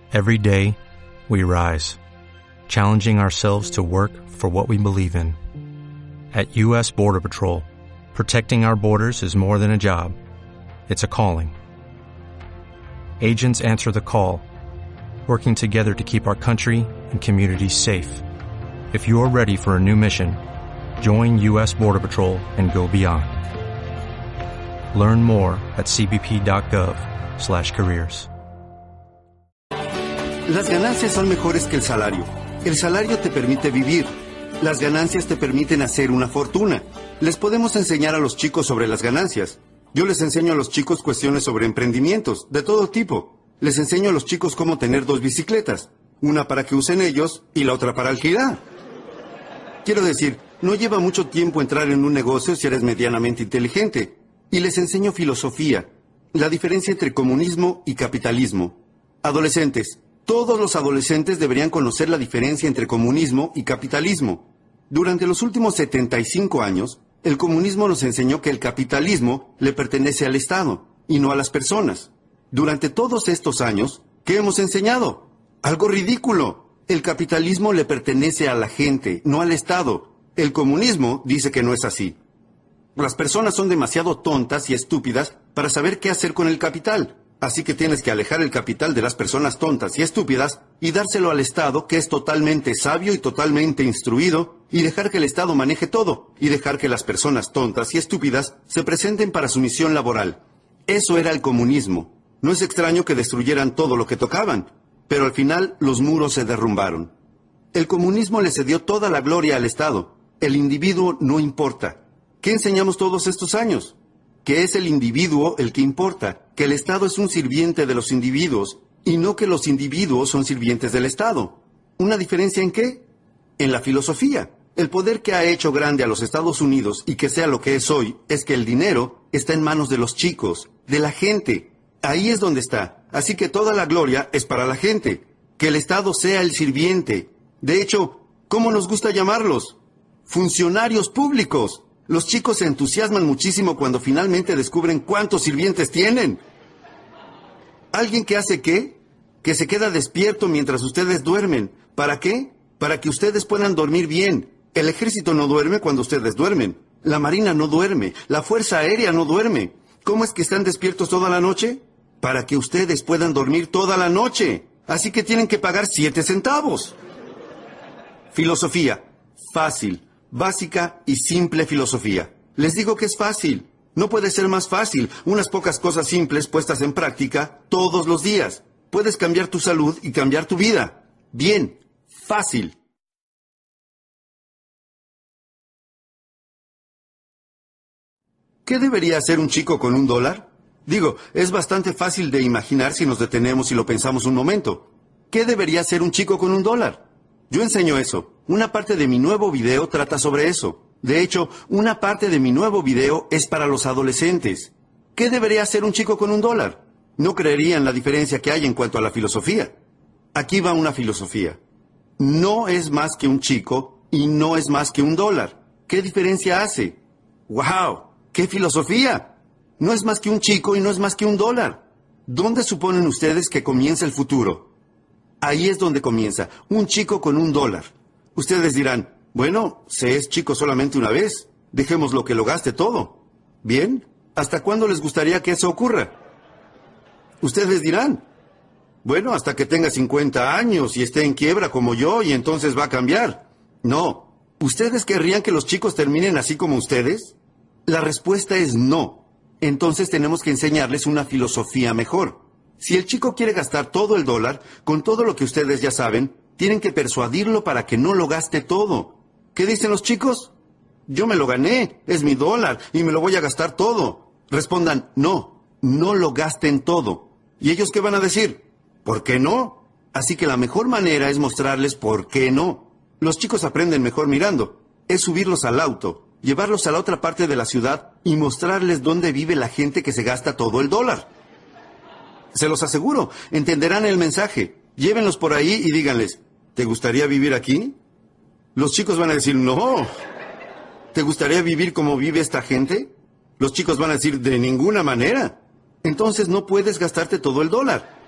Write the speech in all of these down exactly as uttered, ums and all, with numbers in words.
Every day, we rise, challenging ourselves to work for what we believe in. At U S Border Patrol, protecting our borders is more than a job. It's a calling. Agents answer the call, working together to keep our country and communities safe. If you're ready for a new mission, join U S Border Patrol and go beyond. Learn more at cbp.gov slash careers. Las ganancias son mejores que el salario. El salario te permite vivir. Las ganancias te permiten hacer una fortuna. Les podemos enseñar a los chicos sobre las ganancias. Yo les enseño a los chicos cuestiones sobre emprendimientos, de todo tipo. Les enseño a los chicos cómo tener dos bicicletas. Una para que usen ellos y la otra para alquilar. Quiero decir, no lleva mucho tiempo entrar en un negocio si eres medianamente inteligente. Y les enseño filosofía, la diferencia entre comunismo y capitalismo. Adolescentes, todos los adolescentes deberían conocer la diferencia entre comunismo y capitalismo. Durante los últimos setenta y cinco años, el comunismo nos enseñó que el capitalismo le pertenece al Estado y no a las personas. Durante todos estos años, ¿qué hemos enseñado? Algo ridículo. El capitalismo le pertenece a la gente, no al Estado. El comunismo dice que no es así. Las personas son demasiado tontas y estúpidas para saber qué hacer con el capital. Así que tienes que alejar el capital de las personas tontas y estúpidas y dárselo al Estado, que es totalmente sabio y totalmente instruido, y dejar que el Estado maneje todo, y dejar que las personas tontas y estúpidas se presenten para su misión laboral. Eso era el comunismo. No es extraño que destruyeran todo lo que tocaban, pero al final los muros se derrumbaron. El comunismo le cedió toda la gloria al Estado. El individuo no importa. ¿Qué enseñamos todos estos años? Que es el individuo el que importa, que el Estado es un sirviente de los individuos, y no que los individuos son sirvientes del Estado. ¿Una diferencia en qué? En la filosofía. El poder que ha hecho grande a los Estados Unidos y que sea lo que es hoy, es que el dinero está en manos de los chicos, de la gente. Ahí es donde está. Así que toda la gloria es para la gente. Que el Estado sea el sirviente. De hecho, ¿cómo nos gusta llamarlos? Funcionarios públicos. Los chicos se entusiasman muchísimo cuando finalmente descubren cuántos sirvientes tienen. ¿Alguien que hace qué? Que se queda despierto mientras ustedes duermen. ¿Para qué? Para que ustedes puedan dormir bien. El ejército no duerme cuando ustedes duermen. La marina no duerme. La fuerza aérea no duerme. ¿Cómo es que están despiertos toda la noche? Para que ustedes puedan dormir toda la noche. Así que tienen que pagar siete centavos. Filosofía. Fácil. Básica y simple filosofía. Les digo que es fácil. No puede ser más fácil. Unas pocas cosas simples puestas en práctica todos los días. Puedes cambiar tu salud y cambiar tu vida. Bien. Fácil. ¿Qué debería hacer un chico con un dólar? Digo, es bastante fácil de imaginar si nos detenemos y lo pensamos un momento. ¿Qué debería hacer un chico con un dólar? Yo enseño eso. Una parte de mi nuevo video trata sobre eso. De hecho, una parte de mi nuevo video es para los adolescentes. ¿Qué debería hacer un chico con un dólar? No creerían la diferencia que hay en cuanto a la filosofía. Aquí va una filosofía. No es más que un chico y no es más que un dólar. ¿Qué diferencia hace? ¡Wow! ¡Qué filosofía! No es más que un chico y no es más que un dólar. ¿Dónde suponen ustedes que comienza el futuro? Ahí es donde comienza, un chico con un dólar. Ustedes dirán, bueno, se es chico solamente una vez, dejémoslo que lo gaste todo. Bien, ¿hasta cuándo les gustaría que eso ocurra? Ustedes dirán, bueno, hasta que tenga cincuenta años y esté en quiebra como yo y entonces va a cambiar. No, ¿ustedes querrían que los chicos terminen así como ustedes? La respuesta es no. Entonces tenemos que enseñarles una filosofía mejor. Si el chico quiere gastar todo el dólar, con todo lo que ustedes ya saben, tienen que persuadirlo para que no lo gaste todo. ¿Qué dicen los chicos? Yo me lo gané, es mi dólar, y me lo voy a gastar todo. Respondan, no, no lo gasten todo. ¿Y ellos qué van a decir? ¿Por qué no? Así que la mejor manera es mostrarles por qué no. Los chicos aprenden mejor mirando. Es subirlos al auto, llevarlos a la otra parte de la ciudad y mostrarles dónde vive la gente que se gasta todo el dólar. Se los aseguro, entenderán el mensaje. Llévenlos por ahí y díganles, ¿te gustaría vivir aquí? Los chicos van a decir, no. ¿Te gustaría vivir como vive esta gente? Los chicos van a decir, de ninguna manera. Entonces no puedes gastarte todo el dólar.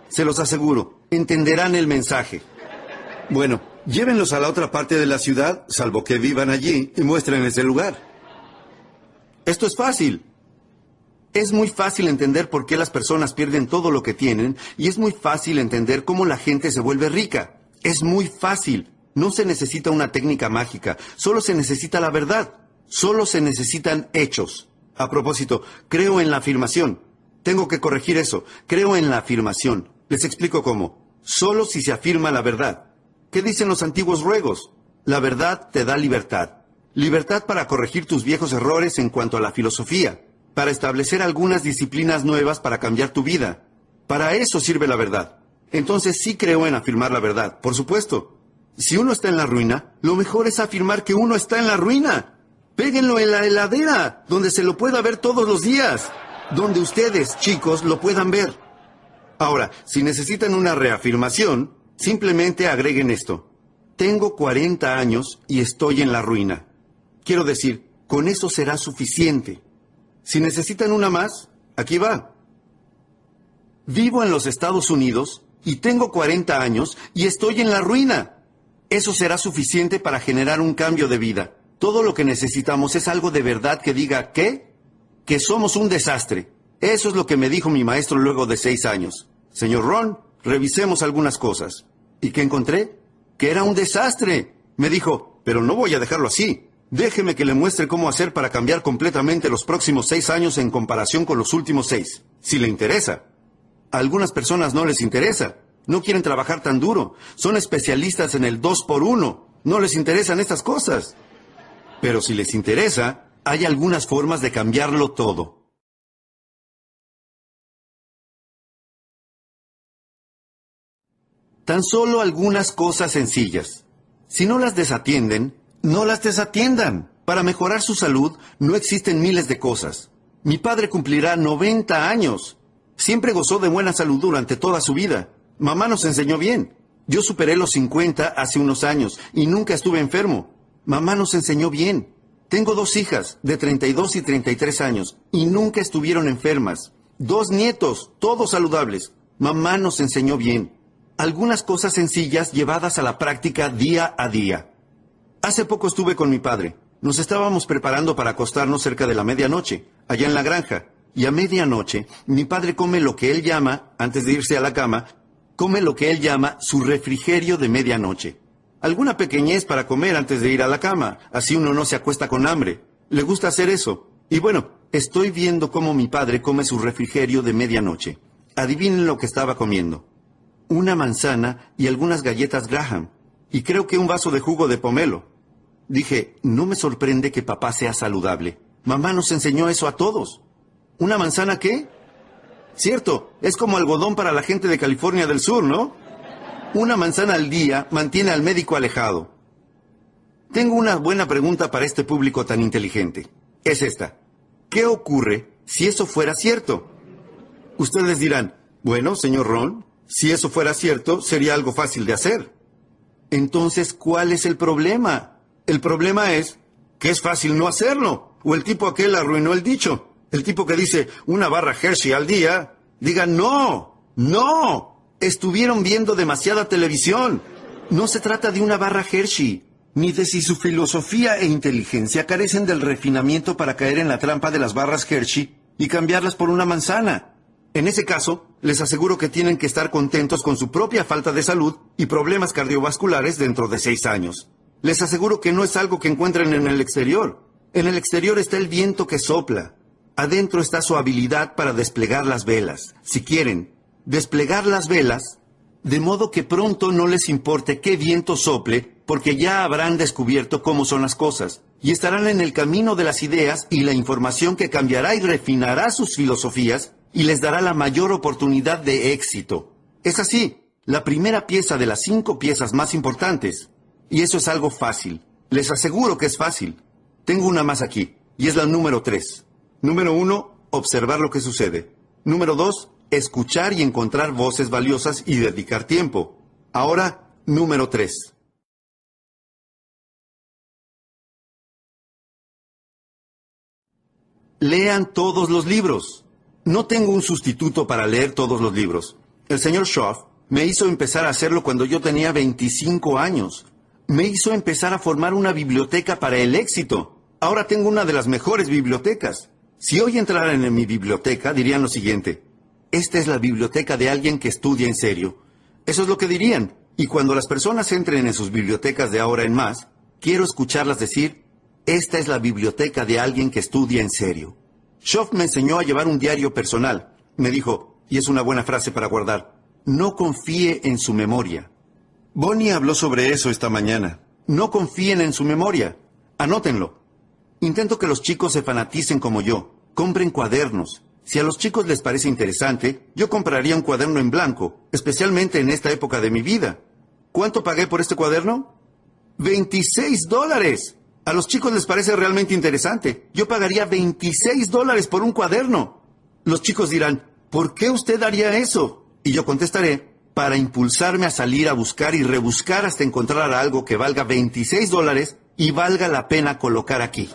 Se los aseguro, entenderán el mensaje. Bueno, llévenlos a la otra parte de la ciudad, salvo que vivan allí, y muéstrenles el lugar. Esto es fácil. Es muy fácil entender por qué las personas pierden todo lo que tienen, y es muy fácil entender cómo la gente se vuelve rica. Es muy fácil. No se necesita una técnica mágica, solo se necesita la verdad. Solo se necesitan hechos. A propósito, creo en la afirmación. Tengo que corregir eso. Creo en la afirmación. Les explico cómo. Solo si se afirma la verdad. ¿Qué dicen los antiguos ruegos? La verdad te da libertad. Libertad para corregir tus viejos errores en cuanto a la filosofía. Para establecer algunas disciplinas nuevas para cambiar tu vida. Para eso sirve la verdad. Entonces sí creo en afirmar la verdad, por supuesto. Si uno está en la ruina, lo mejor es afirmar que uno está en la ruina. Péguenlo en la heladera, donde se lo pueda ver todos los días. Donde ustedes, chicos, lo puedan ver. Ahora, si necesitan una reafirmación, simplemente agreguen esto. Tengo cuarenta años y estoy en la ruina. Quiero decir, con eso será suficiente. Si necesitan una más, aquí va. Vivo en los Estados Unidos y tengo cuarenta años y estoy en la ruina. Eso será suficiente para generar un cambio de vida. Todo lo que necesitamos es algo de verdad que diga, ¿qué? Que somos un desastre. Eso es lo que me dijo mi maestro luego de seis años. Señor Ron, revisemos algunas cosas. ¿Y qué encontré? Que era un desastre. Me dijo, pero no voy a dejarlo así. Déjeme que le muestre cómo hacer para cambiar completamente los próximos seis años en comparación con los últimos seis. Si le interesa. A algunas personas no les interesa. No quieren trabajar tan duro. Son especialistas en el dos por uno. No les interesan estas cosas. Pero si les interesa, hay algunas formas de cambiarlo todo. Tan solo algunas cosas sencillas. Si no las desatienden, no las desatiendan. Para mejorar su salud, no existen miles de cosas. Mi padre cumplirá noventa años. Siempre gozó de buena salud durante toda su vida. Mamá nos enseñó bien. Yo superé los cincuenta hace unos años y nunca estuve enfermo. Mamá nos enseñó bien. Tengo dos hijas, de treinta y dos y treinta y tres años, y nunca estuvieron enfermas. Dos nietos, todos saludables. Mamá nos enseñó bien. Algunas cosas sencillas llevadas a la práctica día a día. Hace poco estuve con mi padre. Nos estábamos preparando para acostarnos cerca de la medianoche, allá en la granja. Y a medianoche, mi padre come lo que él llama, antes de irse a la cama, come lo que él llama su refrigerio de medianoche. Alguna pequeñez para comer antes de ir a la cama, así uno no se acuesta con hambre. Le gusta hacer eso. Y bueno, estoy viendo cómo mi padre come su refrigerio de medianoche. Adivinen lo que estaba comiendo. Una manzana y algunas galletas Graham. Y creo que un vaso de jugo de pomelo. Dije, no me sorprende que papá sea saludable. Mamá nos enseñó eso a todos. ¿Una manzana qué? Cierto, es como algodón para la gente de California del Sur, ¿no? Una manzana al día mantiene al médico alejado. Tengo una buena pregunta para este público tan inteligente. Es esta. ¿Qué ocurre si eso fuera cierto? Ustedes dirán, bueno, señor Ron, si eso fuera cierto, sería algo fácil de hacer. Entonces, ¿cuál es el problema? El problema es que es fácil no hacerlo. O el tipo aquel arruinó el dicho. El tipo que dice una barra Hershey al día, diga no, no. Estuvieron viendo demasiada televisión. No se trata de una barra Hershey, ni de si su filosofía e inteligencia carecen del refinamiento para caer en la trampa de las barras Hershey y cambiarlas por una manzana. En ese caso, les aseguro que tienen que estar contentos con su propia falta de salud y problemas cardiovasculares dentro de seis años. Les aseguro que no es algo que encuentren en el exterior. En el exterior está el viento que sopla. Adentro está su habilidad para desplegar las velas. Si quieren, desplegar las velas, de modo que pronto no les importe qué viento sople, porque ya habrán descubierto cómo son las cosas, y estarán en el camino de las ideas y la información que cambiará y refinará sus filosofías y les dará la mayor oportunidad de éxito. Es así, la primera pieza de las cinco piezas más importantes. Y eso es algo fácil. Les aseguro que es fácil. Tengo una más aquí, y es la número tres. Número uno, observar lo que sucede. Número dos, escuchar y encontrar voces valiosas y dedicar tiempo. Ahora, número tres. Lean todos los libros. No tengo un sustituto para leer todos los libros. El señor Schoff me hizo empezar a hacerlo cuando yo tenía veinticinco años. Me hizo empezar a formar una biblioteca para el éxito. Ahora tengo una de las mejores bibliotecas. Si hoy entraran en mi biblioteca, dirían lo siguiente: esta es la biblioteca de alguien que estudia en serio. Eso es lo que dirían. Y cuando las personas entren en sus bibliotecas de ahora en más, quiero escucharlas decir: esta es la biblioteca de alguien que estudia en serio. Schoff me enseñó a llevar un diario personal. Me dijo, y es una buena frase para guardar: no confíe en su memoria. Bonnie habló sobre eso esta mañana. No confíen en su memoria. Anótenlo. Intento que los chicos se fanaticen como yo. Compren cuadernos. Si a los chicos les parece interesante, yo compraría un cuaderno en blanco, especialmente en esta época de mi vida. ¿Cuánto pagué por este cuaderno? ¡veintiséis dólares! A los chicos les parece realmente interesante. Yo pagaría veintiséis dólares por un cuaderno. Los chicos dirán, ¿por qué usted haría eso? Y yo contestaré, para impulsarme a salir a buscar y rebuscar hasta encontrar algo que valga veintiséis dólares y valga la pena colocar aquí.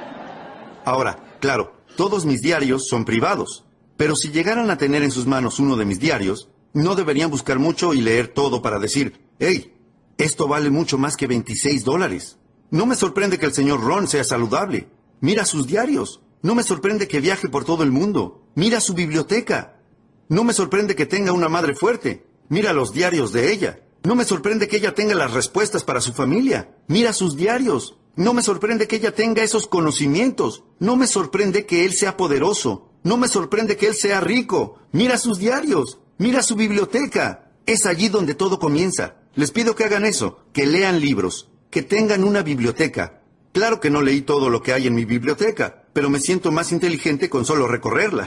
Ahora, claro, todos mis diarios son privados, pero si llegaran a tener en sus manos uno de mis diarios, no deberían buscar mucho y leer todo para decir, hey, esto vale mucho más que veintiséis dólares. No me sorprende que el señor Ron sea saludable. Mira sus diarios. No me sorprende que viaje por todo el mundo. Mira su biblioteca. No me sorprende que tenga una madre fuerte. Mira los diarios de ella. No me sorprende que ella tenga las respuestas para su familia. Mira sus diarios. No me sorprende que ella tenga esos conocimientos. No me sorprende que él sea poderoso. No me sorprende que él sea rico. Mira sus diarios. Mira su biblioteca. Es allí donde todo comienza. Les pido que hagan eso, que lean libros, que tengan una biblioteca. Claro que no leí todo lo que hay en mi biblioteca, pero me siento más inteligente con solo recorrerla.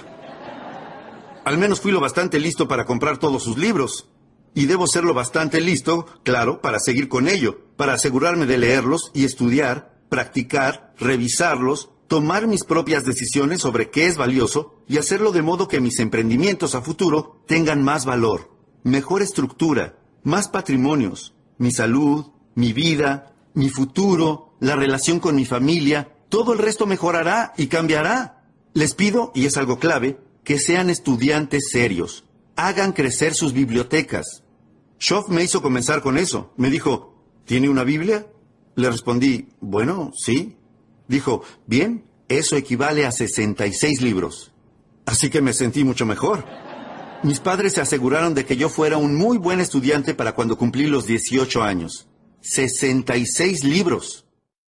Al menos fui lo bastante listo para comprar todos sus libros. Y debo ser lo bastante listo, claro, para seguir con ello, para asegurarme de leerlos y estudiar, practicar, revisarlos, tomar mis propias decisiones sobre qué es valioso y hacerlo de modo que mis emprendimientos a futuro tengan más valor, mejor estructura, más patrimonios, mi salud, mi vida, mi futuro, la relación con mi familia, todo el resto mejorará y cambiará. Les pido, y es algo clave, que sean estudiantes serios. Hagan crecer sus bibliotecas. Schoff me hizo comenzar con eso. Me dijo, ¿tiene una Biblia? Le respondí, bueno, sí. Dijo, bien, eso equivale a sesenta y seis libros. Así que me sentí mucho mejor. Mis padres se aseguraron de que yo fuera un muy buen estudiante para cuando cumplí los dieciocho años. sesenta y seis libros.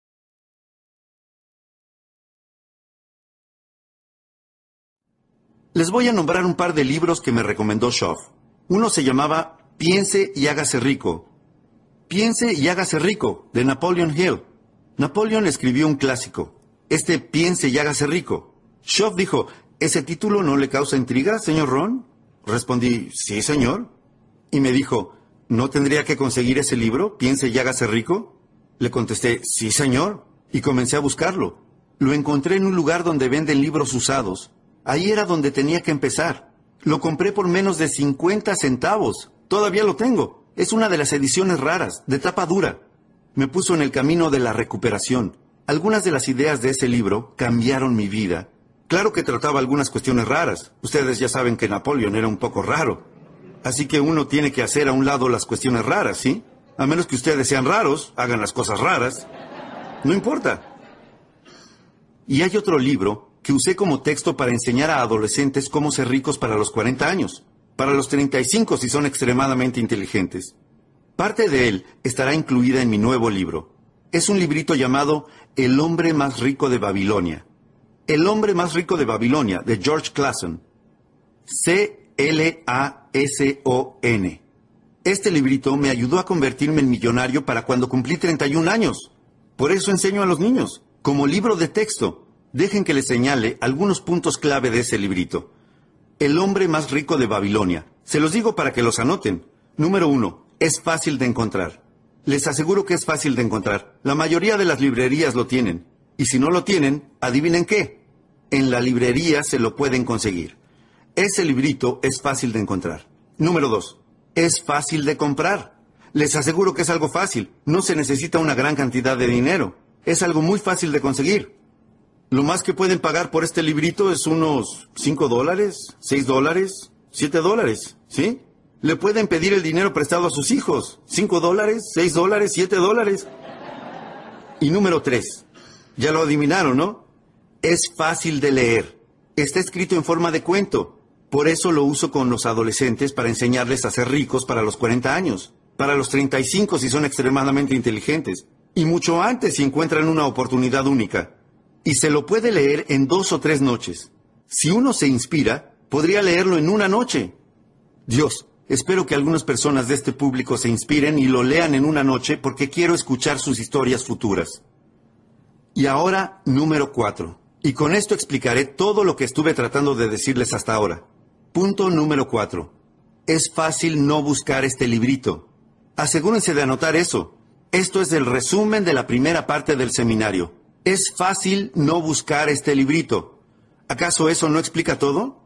Les voy a nombrar un par de libros que me recomendó Schoff. Uno se llamaba Piense y hágase rico. Piense y hágase rico, de Napoleon Hill. Napoleon escribió un clásico, este Piense y hágase rico. Schoff dijo, ¿ese título no le causa intriga, señor Ron? Respondí, sí, señor. Y me dijo, ¿no tendría que conseguir ese libro, Piense y hágase rico? Le contesté, sí, señor. Y comencé a buscarlo. Lo encontré en un lugar donde venden libros usados. Ahí era donde tenía que empezar. Lo compré por menos de cincuenta centavos. Todavía lo tengo. Es una de las ediciones raras, de tapa dura. Me puso en el camino de la recuperación. Algunas de las ideas de ese libro cambiaron mi vida. Claro que trataba algunas cuestiones raras. Ustedes ya saben que Napoleón era un poco raro. Así que uno tiene que hacer a un lado las cuestiones raras, ¿sí? A menos que ustedes sean raros, hagan las cosas raras. No importa. Y hay otro libro que usé como texto para enseñar a adolescentes cómo ser ricos para los cuarenta años. Para los treinta y cinco si son extremadamente inteligentes. Parte de él estará incluida en mi nuevo libro. Es un librito llamado El hombre más rico de Babilonia. El hombre más rico de Babilonia, de George Clason. C L A S O N. Este librito me ayudó a convertirme en millonario para cuando cumplí treinta y un años. Por eso enseño a los niños, como libro de texto. Dejen que les señale algunos puntos clave de ese librito. El hombre más rico de Babilonia. Se los digo para que los anoten. Número uno, es fácil de encontrar. Les aseguro que es fácil de encontrar. La mayoría de las librerías lo tienen. Y si no lo tienen, adivinen qué. En la librería se lo pueden conseguir. Ese librito es fácil de encontrar. Número dos, es fácil de comprar. Les aseguro que es algo fácil. No se necesita una gran cantidad de dinero. Es algo muy fácil de conseguir. Lo más que pueden pagar por este librito es unos cinco dólares, seis dólares, siete dólares, ¿sí? Le pueden pedir el dinero prestado a sus hijos. ¿Cinco dólares? ¿Seis dólares? ¿Siete dólares? Y número tres. Ya lo adivinaron, ¿no? Es fácil de leer. Está escrito en forma de cuento. Por eso lo uso con los adolescentes para enseñarles a ser ricos para los cuarenta años. Para los treinta y cinco si son extremadamente inteligentes. Y mucho antes si encuentran una oportunidad única. Y se lo puede leer en dos o tres noches. Si uno se inspira, podría leerlo en una noche. Dios, espero que algunas personas de este público se inspiren y lo lean en una noche porque quiero escuchar sus historias futuras. Y ahora, número cuatro. Y con esto explicaré todo lo que estuve tratando de decirles hasta ahora. Punto número cuatro. Es fácil no buscar este librito. Asegúrense de anotar eso. Esto es el resumen de la primera parte del seminario. Es fácil no buscar este librito. ¿Acaso eso no explica todo?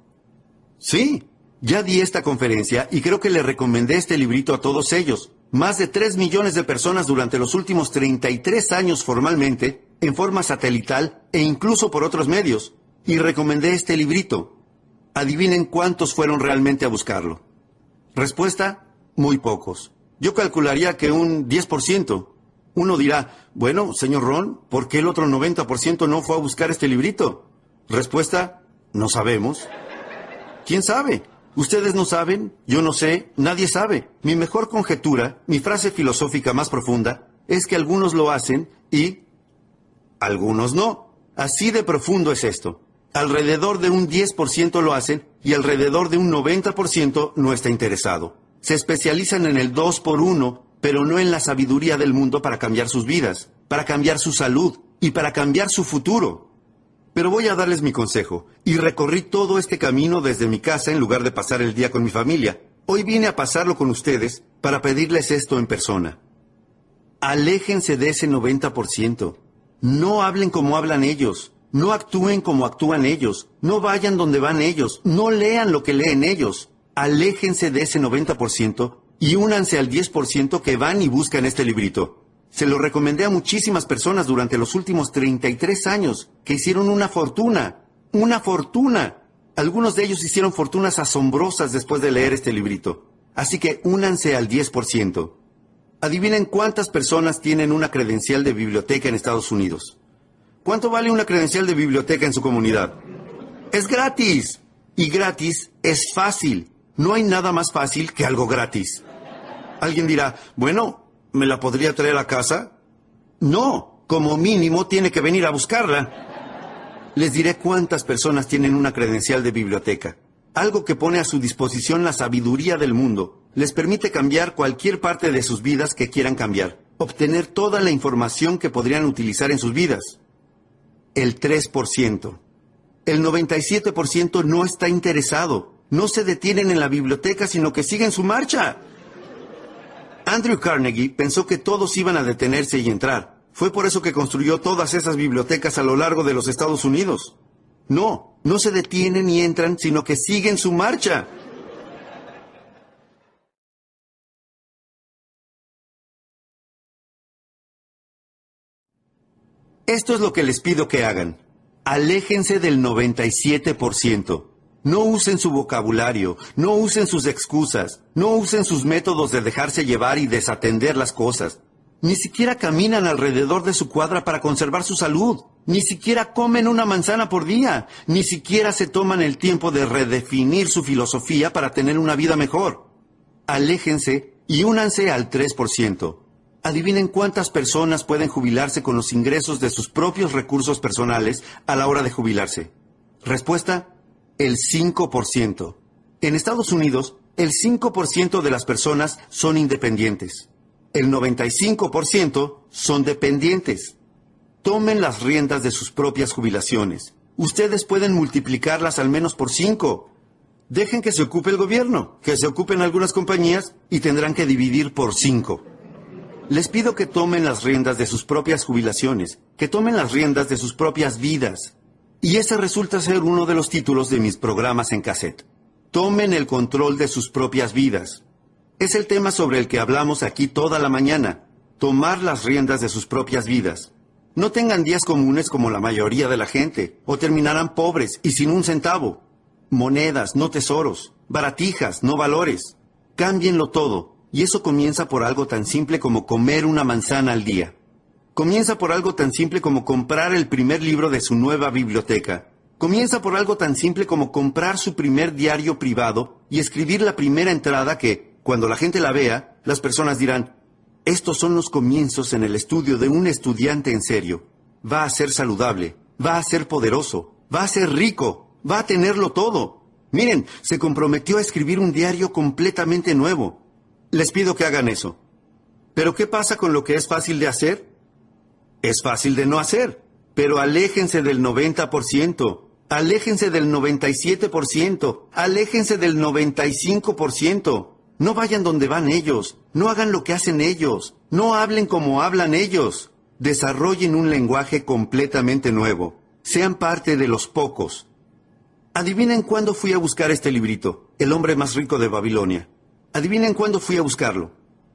Sí, ya di esta conferencia y creo que le recomendé este librito a todos ellos. Más de tres millones de personas durante los últimos treinta y tres años formalmente, en forma satelital e incluso por otros medios. Y recomendé este librito. Adivinen cuántos fueron realmente a buscarlo. Respuesta, muy pocos. Yo calcularía que un diez por ciento. Uno dirá, bueno, señor Ron, ¿por qué el otro noventa por ciento no fue a buscar este librito? Respuesta, no sabemos. ¿Quién sabe? Ustedes no saben, yo no sé, nadie sabe. Mi mejor conjetura, mi frase filosófica más profunda, es que algunos lo hacen y algunos no. Así de profundo es esto. Alrededor de un diez por ciento lo hacen y alrededor de un noventa por ciento no está interesado. Se especializan en el dos por uno, pero no en la sabiduría del mundo para cambiar sus vidas, para cambiar su salud y para cambiar su futuro. Pero voy a darles mi consejo. Y recorrí todo este camino desde mi casa en lugar de pasar el día con mi familia. Hoy vine a pasarlo con ustedes para pedirles esto en persona. Aléjense de ese noventa por ciento. No hablen como hablan ellos. No actúen como actúan ellos. No vayan donde van ellos. No lean lo que leen ellos. Aléjense de ese noventa por ciento y únanse al diez por ciento que van y buscan este librito. Se lo recomendé a muchísimas personas durante los últimos treinta y tres años, que hicieron una fortuna. ¡Una fortuna! Algunos de ellos hicieron fortunas asombrosas después de leer este librito. Así que únanse al diez por ciento. Adivinen cuántas personas tienen una credencial de biblioteca en Estados Unidos. ¿Cuánto vale una credencial de biblioteca en su comunidad? ¡Es gratis! Y gratis es fácil. No hay nada más fácil que algo gratis. Alguien dirá, bueno, ¿me la podría traer a casa? No, como mínimo tiene que venir a buscarla. Les diré cuántas personas tienen una credencial de biblioteca. Algo que pone a su disposición la sabiduría del mundo. Les permite cambiar cualquier parte de sus vidas que quieran cambiar. Obtener toda la información que podrían utilizar en sus vidas. El tres por ciento. El noventa y siete por ciento no está interesado. No se detienen en la biblioteca, sino que siguen su marcha. Andrew Carnegie pensó que todos iban a detenerse y entrar. Fue por eso que construyó todas esas bibliotecas a lo largo de los Estados Unidos. No, no se detienen y entran, sino que siguen su marcha. Esto es lo que les pido que hagan. Aléjense del noventa y siete por ciento. No usen su vocabulario, no usen sus excusas, no usen sus métodos de dejarse llevar y desatender las cosas. Ni siquiera caminan alrededor de su cuadra para conservar su salud. Ni siquiera comen una manzana por día. Ni siquiera se toman el tiempo de redefinir su filosofía para tener una vida mejor. Aléjense y únanse al tres por ciento. Adivinen cuántas personas pueden jubilarse con los ingresos de sus propios recursos personales a la hora de jubilarse. Respuesta: el cinco por ciento. En Estados Unidos, el cinco por ciento de las personas son independientes. El noventa y cinco por ciento son dependientes. Tomen las riendas de sus propias jubilaciones. Ustedes pueden multiplicarlas al menos por cinco. Dejen que se ocupe el gobierno, que se ocupen algunas compañías y tendrán que dividir por cinco. Les pido que tomen las riendas de sus propias jubilaciones, que tomen las riendas de sus propias vidas. Y ese resulta ser uno de los títulos de mis programas en cassette. Tomen el control de sus propias vidas. Es el tema sobre el que hablamos aquí toda la mañana. Tomar las riendas de sus propias vidas. No tengan días comunes como la mayoría de la gente, o terminarán pobres y sin un centavo. Monedas, no tesoros. Baratijas, no valores. Cámbienlo todo. Y eso comienza por algo tan simple como comer una manzana al día. Comienza por algo tan simple como comprar el primer libro de su nueva biblioteca. Comienza por algo tan simple como comprar su primer diario privado y escribir la primera entrada que, cuando la gente la vea, las personas dirán: estos son los comienzos en el estudio de un estudiante en serio. Va a ser saludable, va a ser poderoso, va a ser rico, va a tenerlo todo. Miren, se comprometió a escribir un diario completamente nuevo. Les pido que hagan eso. ¿Pero qué pasa con lo que es fácil de hacer? Es fácil de no hacer, pero aléjense del noventa por ciento, aléjense del noventa y siete por ciento, aléjense del noventa y cinco por ciento. No vayan donde van ellos, no hagan lo que hacen ellos, no hablen como hablan ellos. Desarrollen un lenguaje completamente nuevo. Sean parte de los pocos. Adivinen cuándo fui a buscar este librito, El hombre más rico de Babilonia. Adivinen cuándo fui a buscarlo.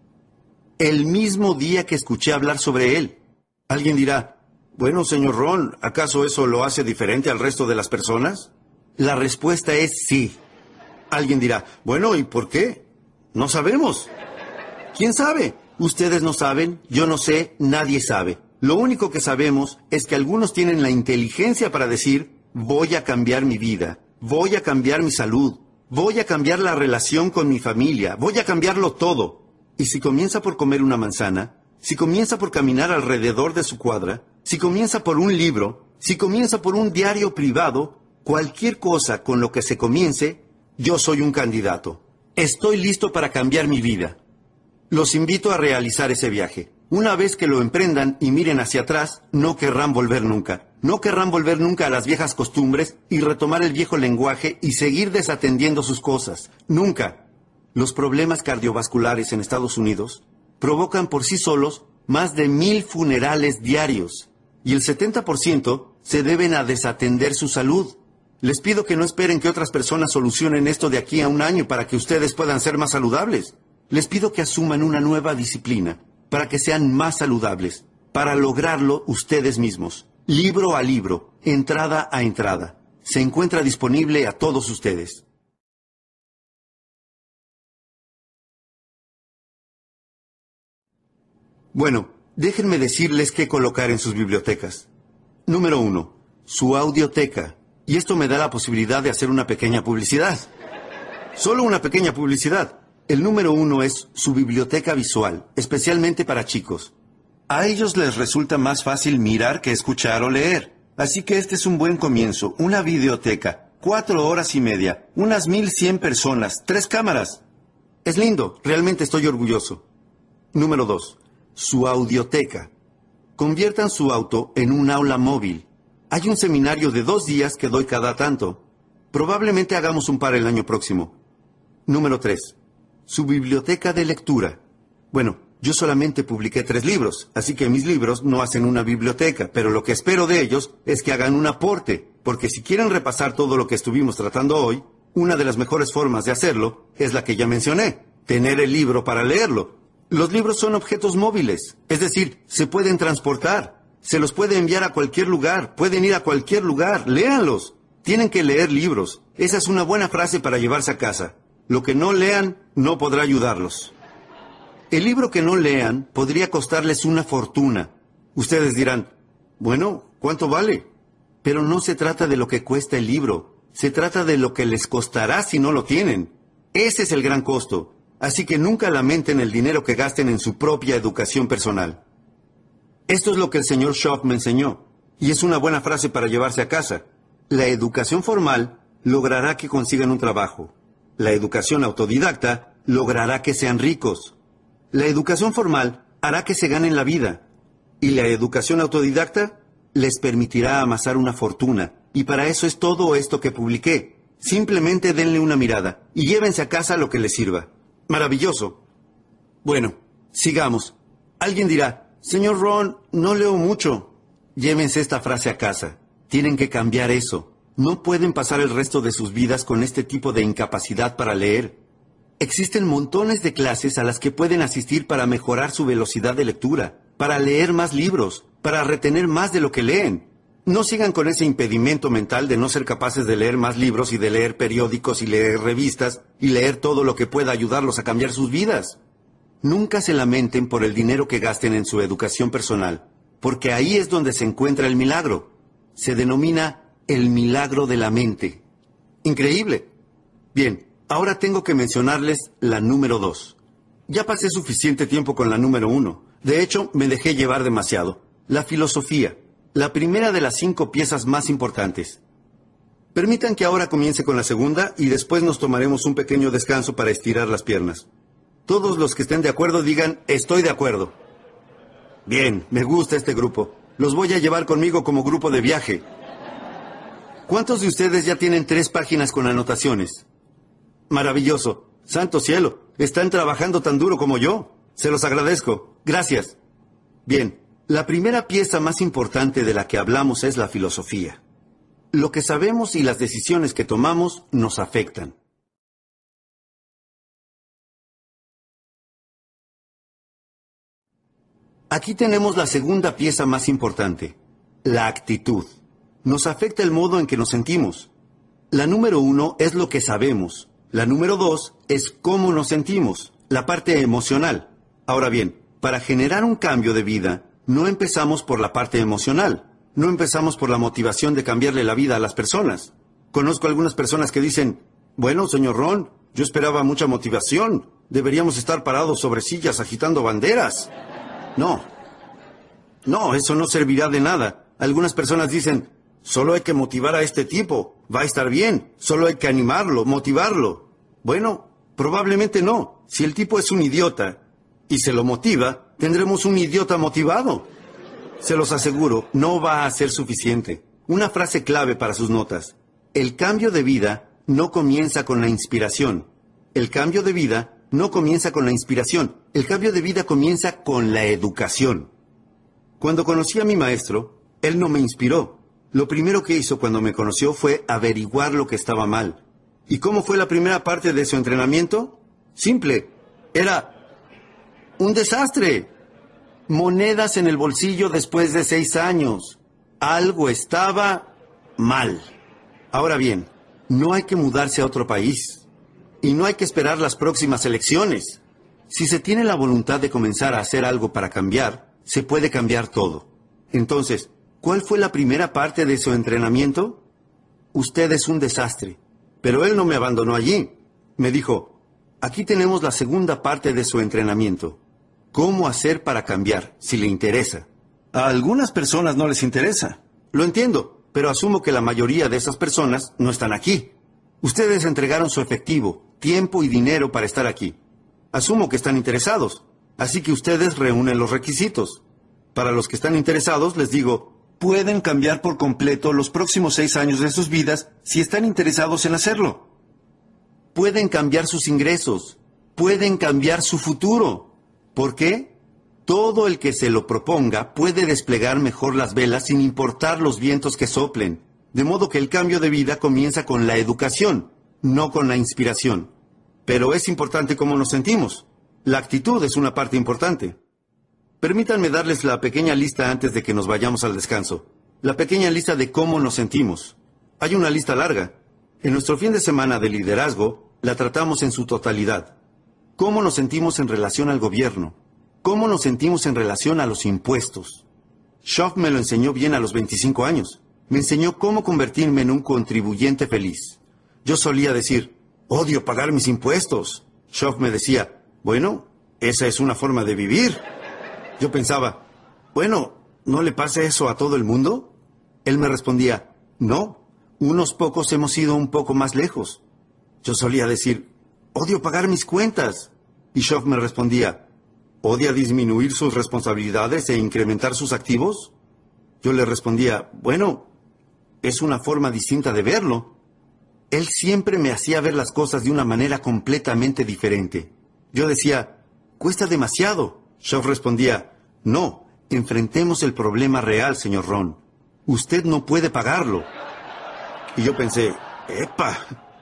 El mismo día que escuché hablar sobre él. Alguien dirá: bueno, señor Ron, ¿acaso eso lo hace diferente al resto de las personas? La respuesta es sí. Alguien dirá: bueno, ¿y por qué? No sabemos. ¿Quién sabe? Ustedes no saben, yo no sé, nadie sabe. Lo único que sabemos es que algunos tienen la inteligencia para decir: voy a cambiar mi vida, voy a cambiar mi salud, voy a cambiar la relación con mi familia, voy a cambiarlo todo. Y si comienza por comer una manzana, si comienza por caminar alrededor de su cuadra, si comienza por un libro, si comienza por un diario privado, cualquier cosa con lo que se comience, yo soy un candidato. Estoy listo para cambiar mi vida. Los invito a realizar ese viaje. Una vez que lo emprendan y miren hacia atrás, no querrán volver nunca. No querrán volver nunca a las viejas costumbres y retomar el viejo lenguaje y seguir desatendiendo sus cosas. Nunca. Los problemas cardiovasculares en Estados Unidos provocan por sí solos más de mil funerales diarios, y el setenta por ciento se deben a desatender su salud. Les pido que no esperen que otras personas solucionen esto de aquí a un año para que ustedes puedan ser más saludables. Les pido que asuman una nueva disciplina para que sean más saludables, para lograrlo ustedes mismos. Libro a libro, entrada a entrada. Se encuentra disponible a todos ustedes. Bueno, déjenme decirles qué colocar en sus bibliotecas. Número uno, su audioteca. Y esto me da la posibilidad de hacer una pequeña publicidad. Solo una pequeña publicidad. El número uno es su biblioteca visual, especialmente para chicos. A ellos les resulta más fácil mirar que escuchar o leer. Así que este es un buen comienzo. Una videoteca, cuatro horas y media, unas mil cien personas, tres cámaras. Es lindo, realmente estoy orgulloso. Número dos. Su audioteca. Conviertan su auto en un aula móvil. Hay un seminario de dos días que doy cada tanto. Probablemente hagamos un par el año próximo. Número tres. Su biblioteca de lectura. Bueno, yo solamente publiqué tres libros, así que mis libros no hacen una biblioteca, pero lo que espero de ellos es que hagan un aporte, porque si quieren repasar todo lo que estuvimos tratando hoy, una de las mejores formas de hacerlo es la que ya mencioné, tener el libro para leerlo. Los libros son objetos móviles, es decir, se pueden transportar, se los puede enviar a cualquier lugar, pueden ir a cualquier lugar, léanlos. Tienen que leer libros. Esa es una buena frase para llevarse a casa. Lo que no lean no podrá ayudarlos. El libro que no lean podría costarles una fortuna. Ustedes dirán: bueno, ¿cuánto vale? Pero no se trata de lo que cuesta el libro, se trata de lo que les costará si no lo tienen. Ese es el gran costo. Así que nunca lamenten el dinero que gasten en su propia educación personal. Esto es lo que el señor Schoff me enseñó, y es una buena frase para llevarse a casa. La educación formal logrará que consigan un trabajo. La educación autodidacta logrará que sean ricos. La educación formal hará que se ganen la vida. Y la educación autodidacta les permitirá amasar una fortuna. Y para eso es todo esto que publiqué. Simplemente denle una mirada y llévense a casa lo que les sirva. Maravilloso. Bueno, sigamos. Alguien dirá: señor Ron, no leo mucho. Llévense esta frase a casa. Tienen que cambiar eso. No pueden pasar el resto de sus vidas con este tipo de incapacidad para leer. Existen montones de clases a las que pueden asistir para mejorar su velocidad de lectura, para leer más libros, para retener más de lo que leen. No sigan con ese impedimento mental de no ser capaces de leer más libros y de leer periódicos y leer revistas y leer todo lo que pueda ayudarlos a cambiar sus vidas. Nunca se lamenten por el dinero que gasten en su educación personal, porque ahí es donde se encuentra el milagro. Se denomina el milagro de la mente. Increíble. Bien, ahora tengo que mencionarles la número dos. Ya pasé suficiente tiempo con la número uno. De hecho, me dejé llevar demasiado. La filosofía. La primera de las cinco piezas más importantes. Permitan que ahora comience con la segunda y después nos tomaremos un pequeño descanso para estirar las piernas. Todos los que estén de acuerdo digan, estoy de acuerdo. Bien, me gusta este grupo. Los voy a llevar conmigo como grupo de viaje. ¿Cuántos de ustedes ya tienen tres páginas con anotaciones? Maravilloso. Santo cielo, están trabajando tan duro como yo. Se los agradezco. Gracias. Bien. La primera pieza más importante de la que hablamos es la filosofía. Lo que sabemos y las decisiones que tomamos nos afectan. Aquí tenemos la segunda pieza más importante, la actitud. Nos afecta el modo en que nos sentimos. La número uno es lo que sabemos. La número dos es cómo nos sentimos, la parte emocional. Ahora bien, para generar un cambio de vida, no empezamos por la parte emocional. No empezamos por la motivación de cambiarle la vida a las personas. Conozco algunas personas que dicen, bueno, señor Ron, yo esperaba mucha motivación. Deberíamos estar parados sobre sillas agitando banderas. No. No, eso no servirá de nada. Algunas personas dicen, solo hay que motivar a este tipo. Va a estar bien. Solo hay que animarlo, motivarlo. Bueno, probablemente no. Si el tipo es un idiota y se lo motiva, tendremos un idiota motivado. Se los aseguro, no va a ser suficiente. Una frase clave para sus notas. El cambio de vida no comienza con la inspiración. El cambio de vida no comienza con la inspiración. El cambio de vida comienza con la educación. Cuando conocí a mi maestro, él no me inspiró. Lo primero que hizo cuando me conoció fue averiguar lo que estaba mal. ¿Y cómo fue la primera parte de su entrenamiento? Simple. Era un desastre. Monedas en el bolsillo después de seis años. Algo estaba mal. Ahora bien, no hay que mudarse a otro país. Y no hay que esperar las próximas elecciones. Si se tiene la voluntad de comenzar a hacer algo para cambiar, se puede cambiar todo. Entonces, ¿cuál fue la primera parte de su entrenamiento? Usted es un desastre. Pero él no me abandonó allí. Me dijo, aquí tenemos la segunda parte de su entrenamiento. ¿Cómo hacer para cambiar, si le interesa? A algunas personas no les interesa. Lo entiendo, pero asumo que la mayoría de esas personas no están aquí. Ustedes entregaron su efectivo, tiempo y dinero para estar aquí. Asumo que están interesados, así que ustedes reúnen los requisitos. Para los que están interesados, les digo, pueden cambiar por completo los próximos seis años de sus vidas si están interesados en hacerlo. Pueden cambiar sus ingresos, pueden cambiar su futuro. ¿Por qué? Todo el que se lo proponga puede desplegar mejor las velas sin importar los vientos que soplen. De modo que el cambio de vida comienza con la educación, no con la inspiración. Pero es importante cómo nos sentimos. La actitud es una parte importante. Permítanme darles la pequeña lista antes de que nos vayamos al descanso. La pequeña lista de cómo nos sentimos. Hay una lista larga. En nuestro fin de semana de liderazgo, la tratamos en su totalidad. ¿Cómo nos sentimos en relación al gobierno? ¿Cómo nos sentimos en relación a los impuestos? Schoff me lo enseñó bien a los veinticinco años. Me enseñó cómo convertirme en un contribuyente feliz. Yo solía decir, odio pagar mis impuestos. Schoff me decía, bueno, esa es una forma de vivir. Yo pensaba, bueno, ¿no le pasa eso a todo el mundo? Él me respondía, no, unos pocos hemos ido un poco más lejos. Yo solía decir, odio pagar mis cuentas. Y Schoff me respondía, ¿odia disminuir sus responsabilidades e incrementar sus activos? Yo le respondía, bueno, es una forma distinta de verlo. Él siempre me hacía ver las cosas de una manera completamente diferente. Yo decía, cuesta demasiado. Schoff respondía, no, enfrentemos el problema real, señor Ron. Usted no puede pagarlo. Y yo pensé, ¡epa!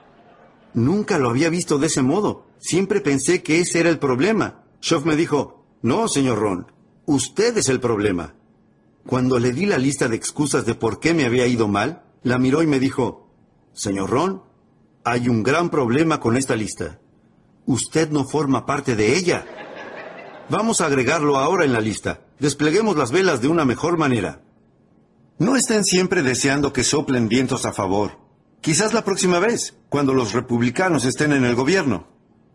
Nunca lo había visto de ese modo. Siempre pensé que ese era el problema. Schoff me dijo, no, señor Ron, usted es el problema. Cuando le di la lista de excusas de por qué me había ido mal, la miró y me dijo, «Señor Ron, hay un gran problema con esta lista. Usted no forma parte de ella. Vamos a agregarlo ahora en la lista. Despleguemos las velas de una mejor manera». No estén siempre deseando que soplen vientos a favor. Quizás la próxima vez, cuando los republicanos estén en el gobierno.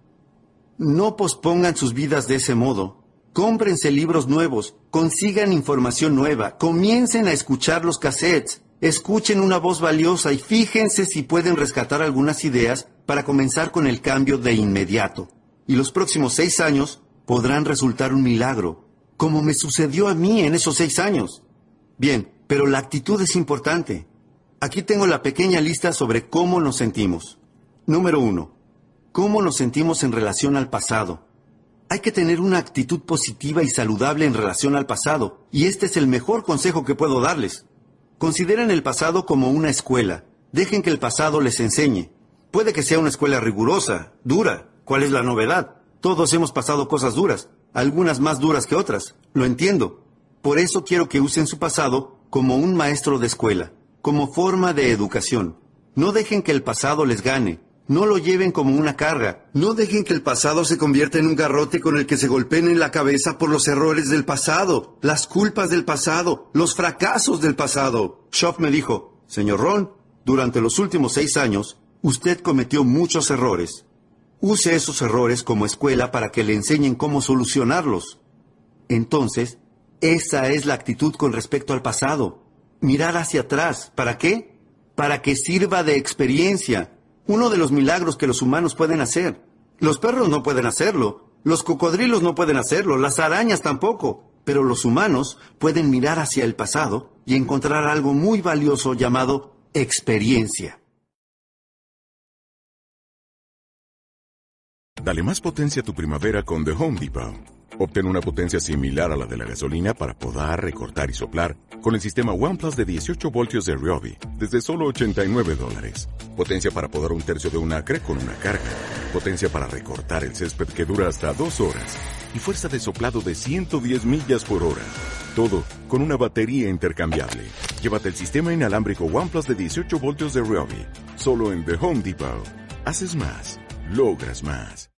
No pospongan sus vidas de ese modo. Cómprense libros nuevos, consigan información nueva, comiencen a escuchar los cassettes, escuchen una voz valiosa y fíjense si pueden rescatar algunas ideas para comenzar con el cambio de inmediato. Y los próximos seis años podrán resultar un milagro, como me sucedió a mí en esos seis años. Bien, pero la actitud es importante. Aquí tengo la pequeña lista sobre cómo nos sentimos. Número uno. ¿Cómo nos sentimos en relación al pasado? Hay que tener una actitud positiva y saludable en relación al pasado, y este es el mejor consejo que puedo darles. Consideren el pasado como una escuela. Dejen que el pasado les enseñe. Puede que sea una escuela rigurosa, dura. ¿Cuál es la novedad? Todos hemos pasado cosas duras, algunas más duras que otras. Lo entiendo. Por eso quiero que usen su pasado como un maestro de escuela, como forma de educación. No dejen que el pasado les gane. No lo lleven como una carga. No dejen que el pasado se convierta en un garrote con el que se golpeen en la cabeza por los errores del pasado, las culpas del pasado, los fracasos del pasado. Schoff me dijo, «Señor Ron, durante los últimos seis años, usted cometió muchos errores. Use esos errores como escuela para que le enseñen cómo solucionarlos». Entonces, esa es la actitud con respecto al pasado. Mirar hacia atrás. ¿Para qué? Para que sirva de experiencia. Uno de los milagros que los humanos pueden hacer. Los perros no pueden hacerlo. Los cocodrilos no pueden hacerlo. Las arañas tampoco. Pero los humanos pueden mirar hacia el pasado y encontrar algo muy valioso llamado experiencia. Dale más potencia a tu primavera con The Home Depot. Obtén una potencia similar a la de la gasolina para podar, recortar y soplar con el sistema OnePlus de dieciocho voltios de Ryobi desde solo ochenta y nueve dólares. Potencia para podar un tercio de un acre con una carga. Potencia para recortar el césped que dura hasta dos horas. Y fuerza de soplado de ciento diez millas por hora. Todo con una batería intercambiable. Llévate el sistema inalámbrico OnePlus de dieciocho voltios de Ryobi. Solo en The Home Depot. Haces más. Logras más.